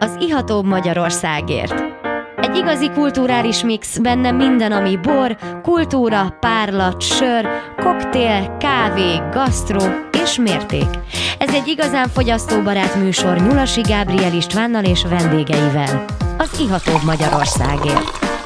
az ihatóbb Magyarországért. Egy igazi kulturális mix, benne minden, ami bor, kultúra, párlat, sör, koktél, kávé, gasztró és mérték. Ez egy igazán fogyasztóbarát műsor Nyulasi Gábriel Istvánnal és vendégeivel. Az ihatóbb Magyarországért.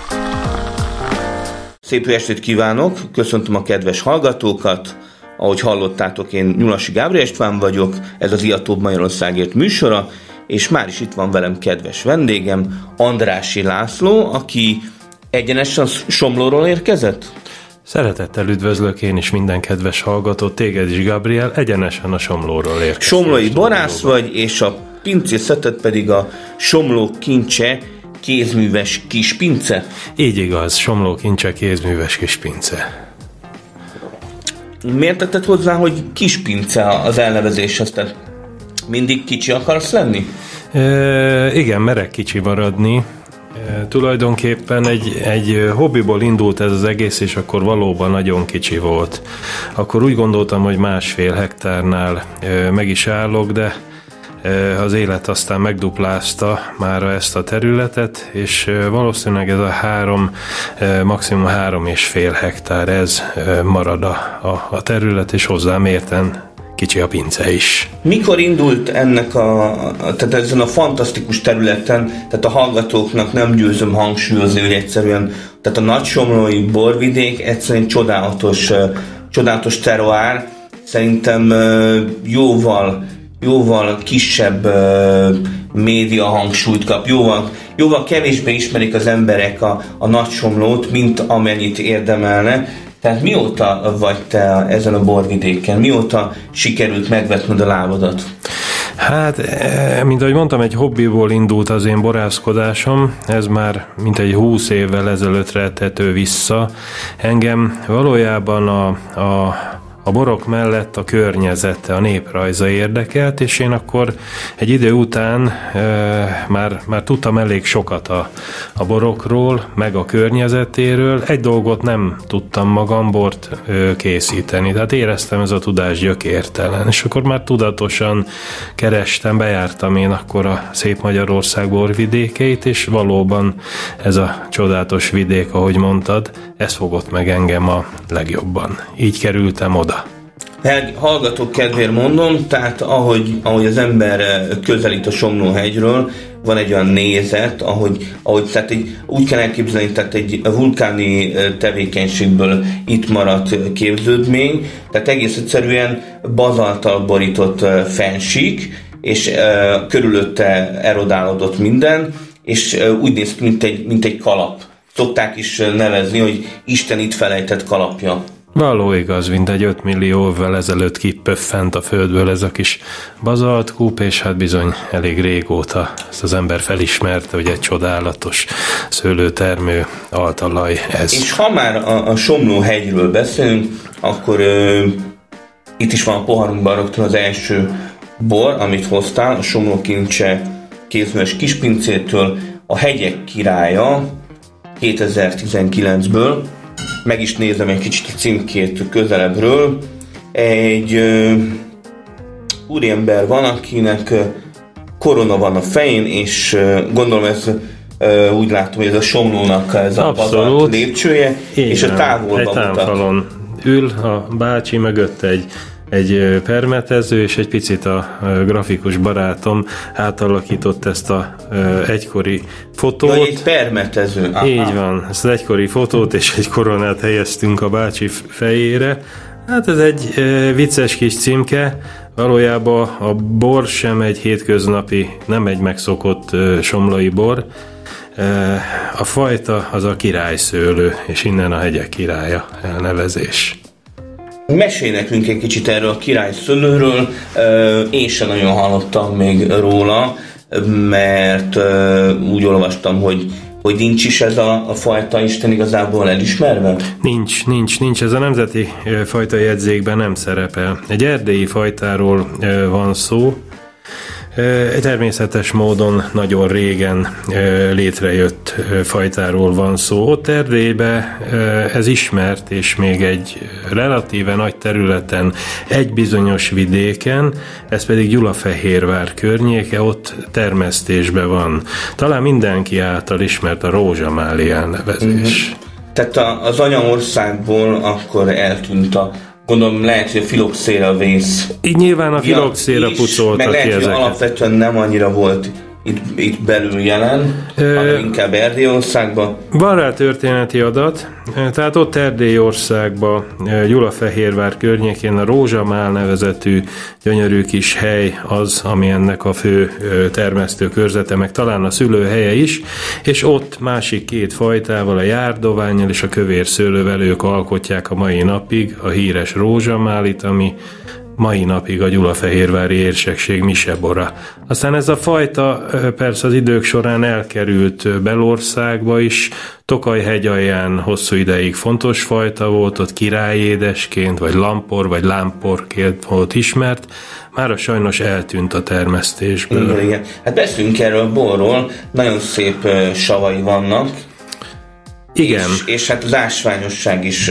Szép estét kívánok, köszöntöm a kedves hallgatókat. Ahogy hallottátok, én Nyulasi Gábriel István vagyok, ez az ihatóbb Magyarországért műsora, és már is itt van velem kedves vendégem, Andrássy László, aki egyenesen Somlóról érkezett? Szeretettel üdvözlök én is minden kedves hallgatót, téged is, Gabriel, egyenesen a Somlóról érkezett. Somlói borász vagy, és a pincészeted pedig a Somló Kincse kézműves kispince? Így igaz, Somló Kincse kézműves kispince. Miért tetted hozzá, hogy kispince az elnevezéshez? Tehát mindig kicsi akarsz lenni? Igen, merek kicsi maradni. Tulajdonképpen egy hobbiból indult ez az egész, és akkor valóban nagyon kicsi volt. Akkor úgy gondoltam, hogy 1,5 hektárnál meg is állok, de az élet aztán megduplázta már ezt a területet, és valószínűleg ez a maximum 3,5 hektár, ez marad a terület, és hozzám érten kicsi a pince is. Mikor indult ennek tehát ezen a fantasztikus területen, tehát a hallgatóknak nem győzöm hangsúlyozni, hogy egyszerűen, tehát a nagysomlói borvidék egyszerűen csodálatos terroár, szerintem jóval kisebb média hangsúlyt kap, jóval kevésbé ismerik az emberek a Nagysomlót, mint amennyit érdemelne. Tehát mióta vagy te ezen a borvidéken? Mióta sikerült megvetned a lábadat? Hát, mint ahogy mondtam, egy hobbiból indult az én borászkodásom, ez már mintegy 20 évvel ezelőtt rettető vissza. Engem valójában a borok mellett a környezete, a néprajza érdekelt, és én akkor egy idő után már tudtam elég sokat a borokról, meg a környezetéről. Egy dolgot nem tudtam magam, bort készíteni, tehát éreztem, ez a tudás gyökértelen, és akkor már tudatosan kerestem, bejártam én akkor a szép Magyarország borvidékeit, és valóban ez a csodálatos vidék, ahogy mondtad, ez fogott meg engem a legjobban. Így kerültem oda. Hallgatók kedvéért mondom, tehát ahogy az ember közelít a Somló-hegyről, van egy olyan nézet, tehát úgy kell elképzelni, tehát egy vulkáni tevékenységből itt maradt képződmény, tehát egész egyszerűen bazalttal borított fennsík, és körülötte erodálódott minden, és úgy néz ki, mint egy kalap. Szokták is nevezni, hogy Isten itt felejtett kalapja. Való igaz, mint egy 5 millió évvel ezelőtt kipöffent a földből ez a kis bazaltkúp, és hát bizony elég régóta ezt az ember felismerte, hogy egy csodálatos szőlőtermő altalaj ez. És ha már a Somló-hegyről beszélünk, akkor itt is van a poharunkban rögtön az első bor, amit hoztál, a Somló Kincse kézműves kispincétől, a Hegyek királya 2019-ből. Meg is nézem egy kicsit a címkét közelebbről. Egy úriember van, akinek korona van a fején, és gondolom ez úgy látom, hogy ez a Somlónak ez a bazalt lépcsője, így és a távolban mutat. Egy támfalon ül a bácsi, mögött egy permetező, és egy picit a grafikus barátom átalakított ezt a egykori fotót. Vagy egy permetező. Aha. Így van, ezt az egykori fotót és egy koronát helyeztünk a bácsi fejére. Hát ez egy vicces kis címke, valójában a bor sem egy hétköznapi, nem egy megszokott somlói bor. A fajta az a királyszőlő, és innen a Hegyek királya elnevezés. Mesélj nekünk egy kicsit erről a királyszőlőről, én sem nagyon hallottam még róla, mert úgy olvastam, hogy nincs is ez a fajta Isten igazából elismerve? Nincs. Ez a nemzeti fajta jegyzékben nem szerepel. Egy erdélyi fajtáról van szó. Természetes módon nagyon régen létrejött fajtáról van szó. Ott Erdélyben ez ismert, és még egy relatíve nagy területen, egy bizonyos vidéken, ez pedig Gyulafehérvár környéke, ott termesztésben van. Talán mindenki által ismert a rózsamálli elnevezés. Tehát az anyaországból akkor eltűnt gondolom lehet, hogy a filoxéra vész. Így nyilván a filoxéra pucolta ki ezeket. Alapvetően nem annyira volt itt belül jelen, hanem inkább Erdélyországban. Van rá történeti adat, tehát ott Erdélyországban, Gyulafehérvár környékén a Rózsamál nevezetű gyönyörű kis hely az, ami ennek a fő termesztő körzete, meg talán a szülőhelye is, és ott másik két fajtával, a járdovánnyal és a kövér szőlővel ők alkotják a mai napig a híres rózsamálit, ami mai napig a gyulafehérvári érsekség misebora. Aztán ez a fajta persze az idők során elkerült belországba is, Tokaj-hegy alján hosszú ideig fontos fajta volt, ott királyédesként, vagy lampor, vagy lámporként volt ismert, mára sajnos eltűnt a termesztésből. Igen. Hát beszélünk erről a borról, nagyon szép savai vannak. Igen. És hát az ásványosság is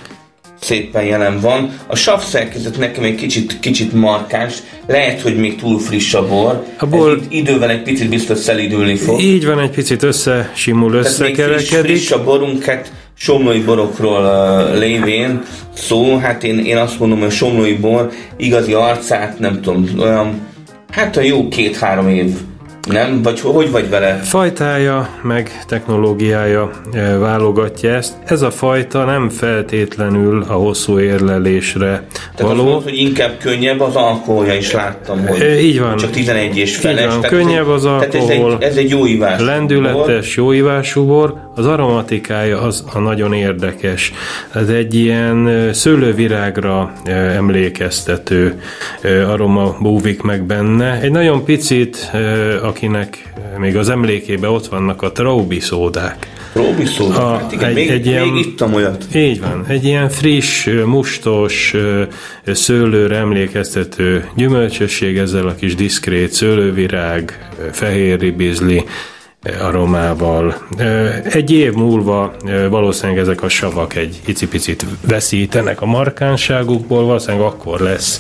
szépen jelen van. A savszerkezet nekem egy kicsit markáns, lehet, hogy még túl friss a bor. Idővel egy picit biztos szelídülni fog. Így van, egy picit összesimul, összekerekedik. Friss a borunk, hát somlói borokról lévén szó, hát én azt mondom, hogy a somlói bor igazi arcát, nem tudom, olyan, hát a jó 2-3 év. Nem? Vagy hogy vagy vele? Fajtája, meg technológiája válogatja ezt. Ez a fajta nem feltétlenül a hosszú érlelésre tehát való. Tehát hogy inkább könnyebb az alkoholja is láttam, hogy így van. Csak 11 és feles. Így van. Könnyebb az alkohol. Ez egy jó ivású lendületes, jó ivású bor. Az aromatikája az a nagyon érdekes. Ez egy ilyen szőlővirágra emlékeztető aroma búvik meg benne. Egy nagyon picit, akinek még az emlékében ott vannak a Traubi szódák. Traubi szódák? Hát igen, még ittam olyat. Így van. Egy ilyen friss, mustos, szőlőre emlékeztető gyümölcsösség, ezzel a kis diszkrét szőlővirág, fehér ribizli aromával. Egy év múlva valószínűleg ezek a savak egy icipicit veszítenek a markánságukból, valószínűleg akkor lesz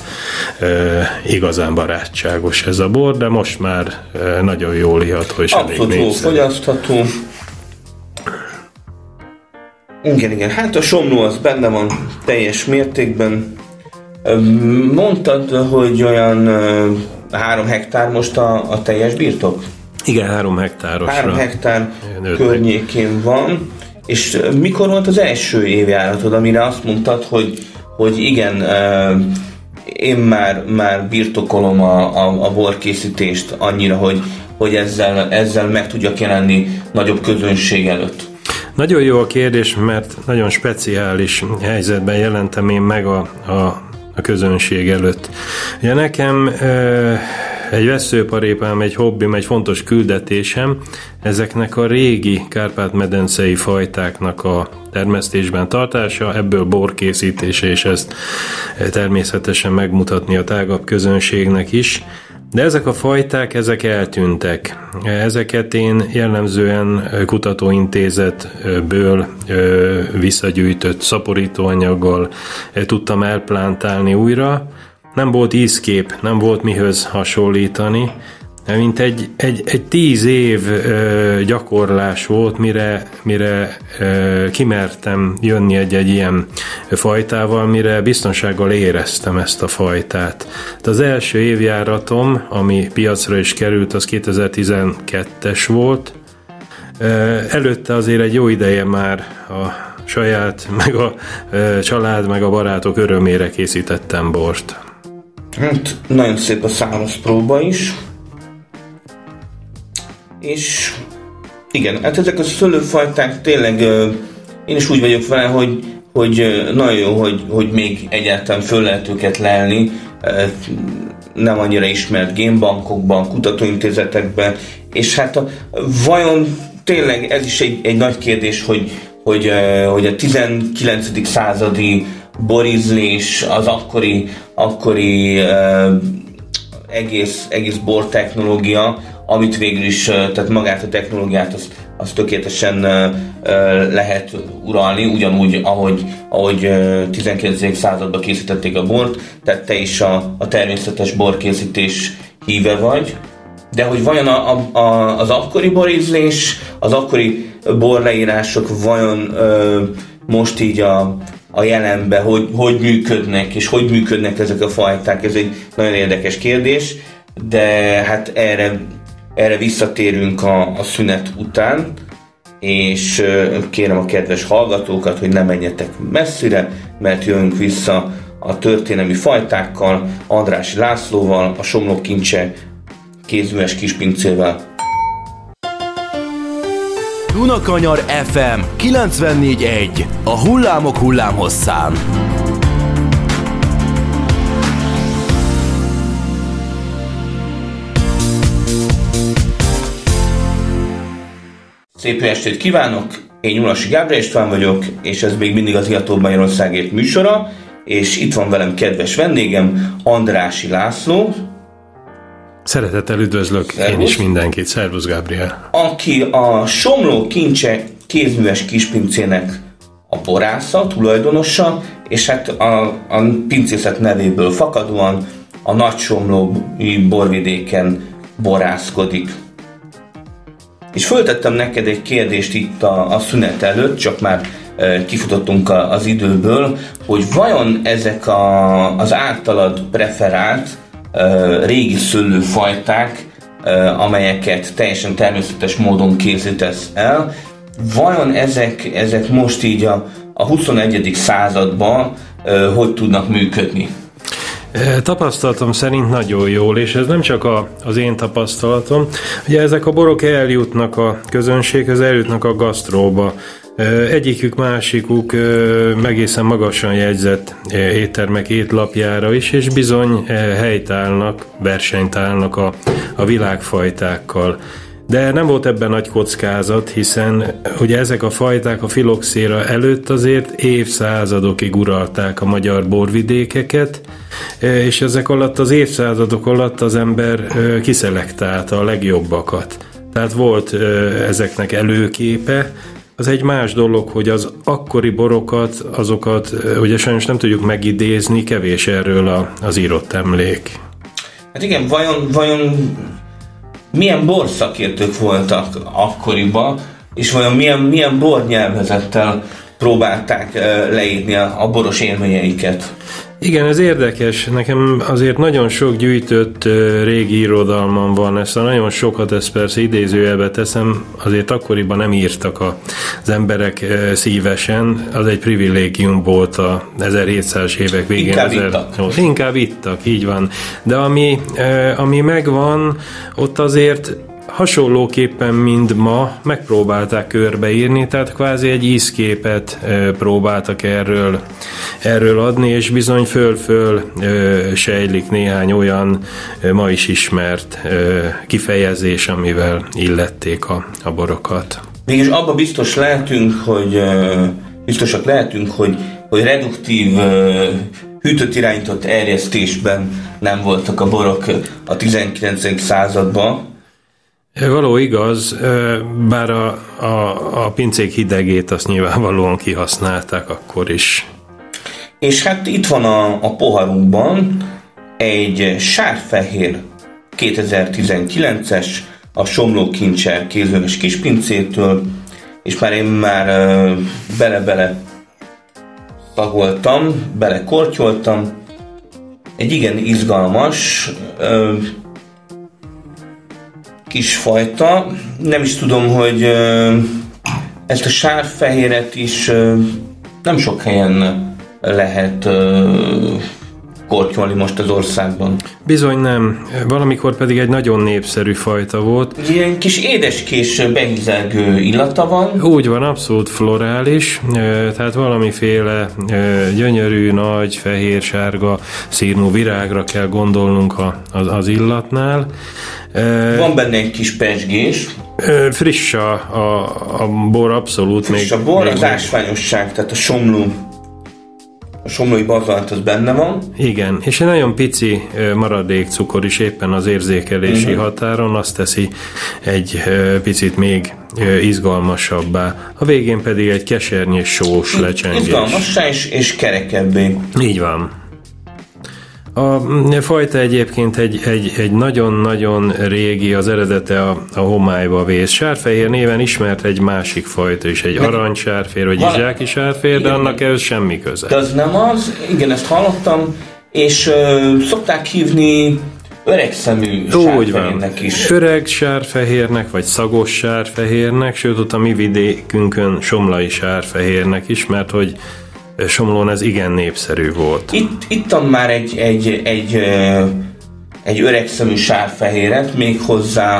igazán barátságos ez a bor, de most már nagyon jól iható és elég népszerű. Abszolút fogyasztható. Igen. Hát a somló az benne van teljes mértékben. Mondtad, hogy olyan 3 hektár most a teljes birtok? Igen, 3 hektárosra. 3 hektár környékén van. És mikor volt az első évjáratod, amire azt mondtad, hogy igen, én már birtokolom a borkészítést annyira, hogy ezzel meg tudjak jelenni nagyobb közönség előtt? Nagyon jó a kérdés, mert nagyon speciális helyzetben jelentem én meg a közönség előtt. Ugye nekem egy vesszőparépám, egy hobbim, egy fontos küldetésem ezeknek a régi kárpát-medencei fajtáknak a termesztésben tartása, ebből borkészítése, és ezt természetesen megmutatni a tágabb közönségnek is. De ezek a fajták, ezek eltűntek. Ezeket én jellemzően kutatóintézetből visszagyűjtött szaporítóanyaggal tudtam elplántálni újra. Nem volt ízkép, nem volt mihöz hasonlítani, mint egy 10 év gyakorlás volt, mire kimertem jönni egy ilyen fajtával, mire biztonsággal éreztem ezt a fajtát. Az első évjáratom, ami piacra is került, az 2012-es volt. Előtte azért egy jó ideje már a saját, meg a család, meg a barátok örömére készítettem bort. Hát, nagyon szép a száraz próba is. És igen, hát ezek a szőlőfajták tényleg, én is úgy vagyok vele, hogy nagyon jó, hogy még egyáltalán föl lehet őket lelni, nem annyira ismert génbankokban, kutatóintézetekben, és hát vajon tényleg ez is egy nagy kérdés, hogy a 19. századi borízlés, az akkori egész bor technológia, amit végül is, tehát magát a technológiát azt tökéletesen lehet uralni, ugyanúgy, ahogy 19. században készítették a bort, tehát te is a természetes borkészítés híve vagy. De hogy vajon az akkori borízlés, az akkori borleírások vajon most így a jelenben hogy működnek, és hogy működnek ezek a fajták, ez egy nagyon érdekes kérdés, de hát erre visszatérünk a szünet után, és kérem a kedves hallgatókat, hogy ne menjetek messzire, mert jövünk vissza a történelmi fajtákkal, Andrássy Lászlóval, a Somlók Kincse kézműves kispincével. Dunakanyar FM 94.1. A hullámok hullámhosszán. Szép jó estét kívánok! Én Nyulasi Gábor István vagyok, és ez még mindig az Ihatóbb Magyarországért műsora, és itt van velem kedves vendégem, Andrássy László. Szeretettel üdvözlök. Szervusz. Én is mindenkit. Szervusz, Gabriel. Aki a Somlók Kincse kézműves kispincének a borásza, tulajdonosa, és hát a pincészet nevéből fakadóan a Nagysomlói borvidéken borászkodik. És föltettem neked egy kérdést itt a szünet előtt, csak már kifutottunk az időből, hogy vajon ezek az általad preferált régi szőlőfajták, amelyeket teljesen természetes módon készítesz el, vajon ezek most így a 21. században hogy tudnak működni? Tapasztalatom szerint nagyon jól, és ez nem csak az én tapasztalatom. Ugye ezek a borok eljutnak a közönséghez, eljutnak a gasztróba. Egyikük, másikuk egészen magasan jegyzett éttermek étlapjára is, és bizony helytállnak, versenyt állnak a világfajtákkal. De nem volt ebben nagy kockázat, hiszen ugye ezek a fajták a filoxéra előtt azért évszázadokig uralták a magyar borvidékeket, és ezek alatt az évszázadok alatt az ember kiszelektálta a legjobbakat. Tehát volt ezeknek előképe. Az egy más dolog, hogy az akkori borokat, azokat ugye sajnos nem tudjuk megidézni, kevés erről az írott emlék. Hát igen, vajon milyen borszakértők voltak akkoriban, és vajon milyen bornyelvezettel próbálták leírni a boros élményeiket? Igen, ez érdekes. Nekem azért nagyon sok gyűjtött régi irodalmam van, ezt a nagyon sokat, ezt persze idézőjelbe teszem, azért akkoriban nem írtak az emberek szívesen, az egy privilégium volt a 1700-as évek végén. Inkább ittak, így van. De ami megvan, ott azért hasonlóképpen, mint ma, megpróbálták körbeírni, tehát kvázi egy ízképet próbáltak erről adni, és bizony föl sejlik néhány olyan ma is ismert kifejezés, amivel illették a borokat. Mégis abban biztosak lehetünk, hogy reduktív hűtött irányított erjesztésben nem voltak a borok a 19. században. Való igaz, bár a pincék hidegét azt nyilvánvalóan kihasználták akkor is. És hát itt van a poharunkban egy sárfehér 2019-es a Somlók Kincse kézműves kispincétől, és én már bele tagoltam, belekortyoltam. Egy igen izgalmas kisfajta. Nem is tudom, hogy ezt a sárfehéret is nem sok helyen lehet kortyolni most az országban. Bizony nem. Valamikor pedig egy nagyon népszerű fajta volt. Ilyen kis édeskés, behízelgő illata van. Úgy van, abszolút florális, tehát valamiféle gyönyörű, nagy, fehér, sárga színű virágra kell gondolnunk az illatnál. Van benne egy kis pezsgés. Friss a bor, abszolút. Friss a bor, az ásványosság, tehát a somló somlói bazalt az benne van. Igen, és egy nagyon pici maradék cukor is éppen az érzékelési határon azt teszi egy picit még izgalmasabbá. A végén pedig egy kesernyés sós lecsengés. Izgalmassá és kerekebbé. Így van. A fajta egyébként egy nagyon-nagyon régi, az eredete a homályba vész. Sárfehér néven ismert egy másik fajta is, egy aranysárfér, vagy izsáki sárfér, de annak ez semmi köze. De az nem az, igen, ezt hallottam, és szokták hívni öregszemű sárfehérnek is. Öreg sárfehérnek, vagy szagos sárfehérnek, sőt, ott a mi vidékünkön somlai sárfehérnek is, mert hogy Somlón ez igen népszerű volt. Ittam már egy öregszemű sárfehéret, méghozzá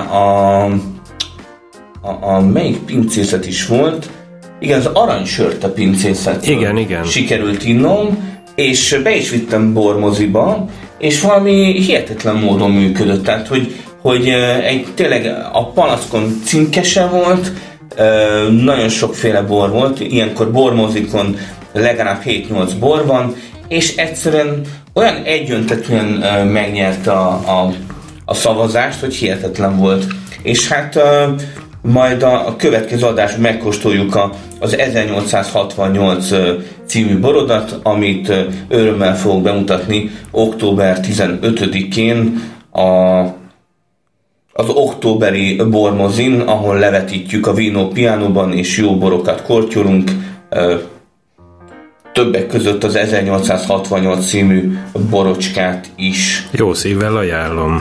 a melyik pincészet is volt, igen, az aranysörte pincészet. Igen. Sikerült innom, és be is vittem bormoziba, és valami hihetetlen módon működött, tehát hogy tényleg a palackon cinkese volt, nagyon sokféle bor volt, ilyenkor bormozikon legalább 7-8 bor van, és egyszerűen olyan egyöntetűen megnyerte a szavazást, hogy hihetetlen volt. És hát majd a következő adásban megkóstoljuk az 1868 című borodat, amit örömmel fogok bemutatni október 15-én az októberi bormozin, ahol levetítjük a Vino Pianoban és jó borokat kortyolunk, többek között az 1868 című borocskát is. Jó szívvel ajánlom.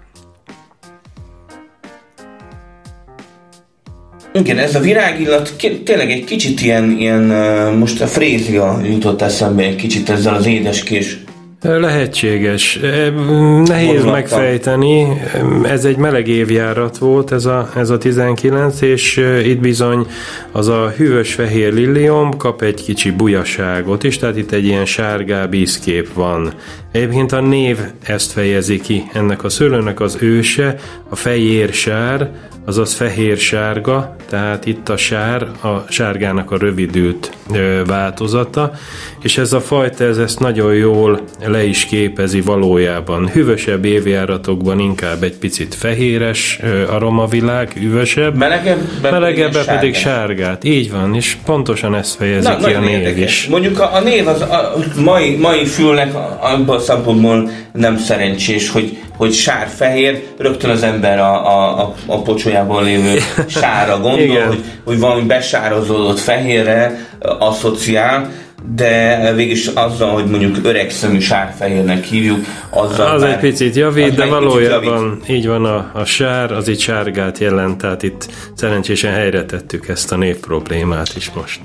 Igen, ez a virágillat tényleg egy kicsit ilyen most a frézia jutott eszembe egy kicsit ezzel az édeskés. Lehetséges. Nehéz megfejteni. Ez egy meleg évjárat volt, ez a 19, és itt bizony az a hűvös fehér liliom kap egy kicsi bujaságot is, tehát itt egy ilyen sárgább ízkép van. Egyébként a név ezt fejezi ki. Ennek a szőlőnek az őse, a fehér sár, azaz fehér sárga, tehát itt a sár, a sárgának a rövidült változata, és ez a fajta ezt nagyon jól le is képezi valójában. Hűvösebb évjáratokban inkább egy picit fehéres aromavilág, hűvösebb, melegebben pedig sárgát. Így van, és pontosan ezt fejezi ki a név érdekes. Is. Mondjuk a név az a mai fülnek abban a szempontból nem szerencsés, hogy sárfehér, rögtön az ember a pocsolyában lévő sárra gondol, hogy valami besározódott fehérre asszociál, de végülis azzal, hogy mondjuk öregszemű sárfehérnek hívjuk, azzal az egy picit javít, de valójában így van, a sár, az itt sárgát jelent, tehát itt szerencsésen helyre tettük ezt a név problémát is most.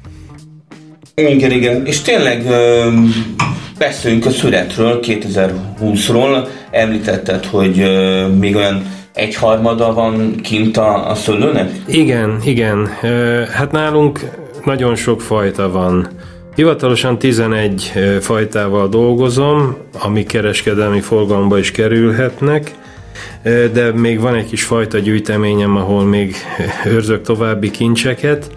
Igen, és tényleg beszéljünk a születről, 2020-ról. Említetted, hogy még olyan 1/3 van kint a szőlőnek? Igen. Hát nálunk nagyon sok fajta van. Hivatalosan 11 fajtával dolgozom, ami kereskedelmi forgalomba is kerülhetnek, de még van egy kis fajta gyűjteményem, ahol még őrzök további kincseket.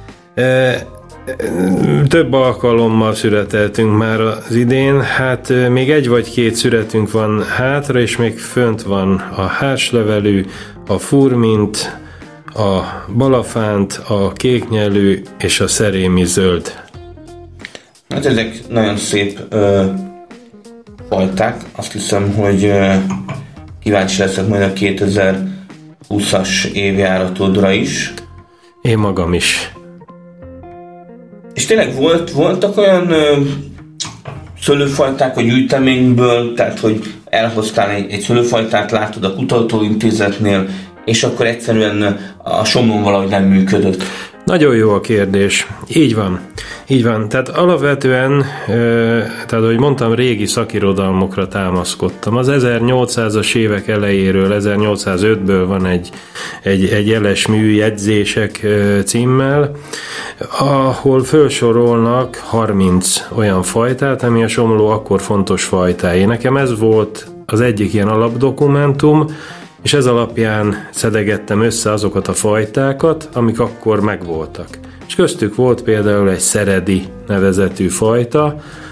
Több alkalommal születeltünk már az idén, hát még 1 vagy 2 születünk van hátra, és még fönt van a hárslevelű, a furmint, a balafánt, a kéknyelű és a szerémi zöld. Hát ezek nagyon szép fajták, azt hiszem, hogy kíváncsi leszek majd a 2020-as évjáratodra is. Én magam is. És tényleg voltak olyan szőlőfajták a gyűjteményből, tehát hogy elhoztál egy szőlőfajtát, látod a kutatóintézetnél, és akkor egyszerűen a Somlón valahogy nem működött. Nagyon jó a kérdés. Így van. Tehát alapvetően, tehát ahogy mondtam, régi szakirodalmokra támaszkodtam. Az 1800-as évek elejéről, 1805-ből van egy jeles mű jegyzések címmel, ahol felsorolnak 30 olyan fajtát, ami a Somló akkor fontos fajtái. Nekem ez volt az egyik ilyen alapdokumentum, és ez alapján szedegettem össze azokat a fajtákat, amik akkor megvoltak. És köztük volt például egy szeredi nevezetű fajta,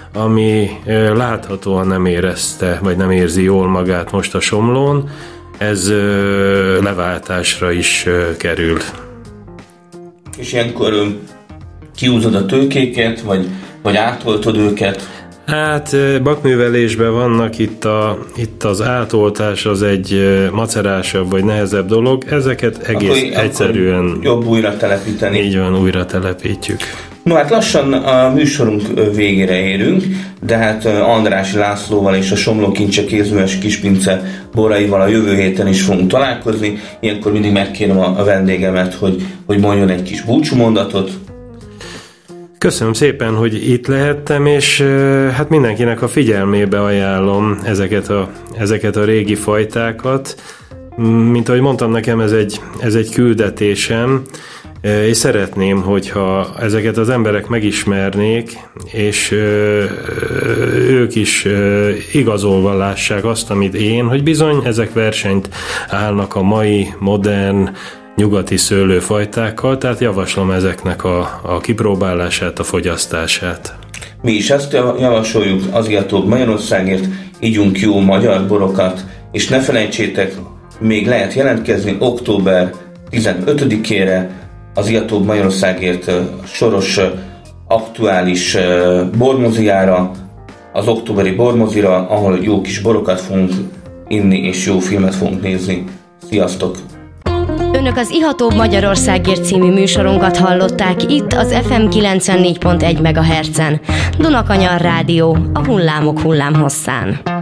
ami láthatóan nem érezte, vagy nem érzi jól magát most a Somlón, ez leváltásra is kerül. És ilyenkor kiúzod a tőkéket, vagy átoltod őket? Hát bakművelésben vannak, itt az átoltás az egy macerásabb vagy nehezebb dolog, ezeket egész egyszerűen jobb újra telepíteni. Így van, újra telepítjük. No hát lassan a műsorunk végére érünk, de hát Andrássy Lászlóval és a Somló Kincse Kézműves Kispince boraival a jövő héten is fogunk találkozni. Ilyenkor mindig megkérem a vendégemet, hogy mondjon egy kis búcsúmondatot. Köszönöm szépen, hogy itt lehettem, és hát mindenkinek a figyelmébe ajánlom ezeket a régi fajtákat. Mint ahogy mondtam, nekem ez egy küldetésem, és szeretném, hogyha ezeket az emberek megismernék, és ők is igazolva lássák azt, amit én, hogy bizony ezek versenyt állnak a mai modern nyugati szőlőfajtákkal, tehát javaslom ezeknek a kipróbálását, a fogyasztását. Mi is ezt javasoljuk, Aziatóbb Magyarországért, ígyunk jó magyar borokat, és ne felejtsétek, még lehet jelentkezni október 15-ére Aziatóbb Magyarországért soros aktuális bormoziára, az októberi bormozira, ahol jó kis borokat fogunk inni, és jó filmet fogunk nézni. Sziasztok! Önök az Ihatóbb Magyarországért című műsorunkat hallották itt az FM 94.1 MHz-en. Dunakanyar Rádió, a hullámok hullámhosszán.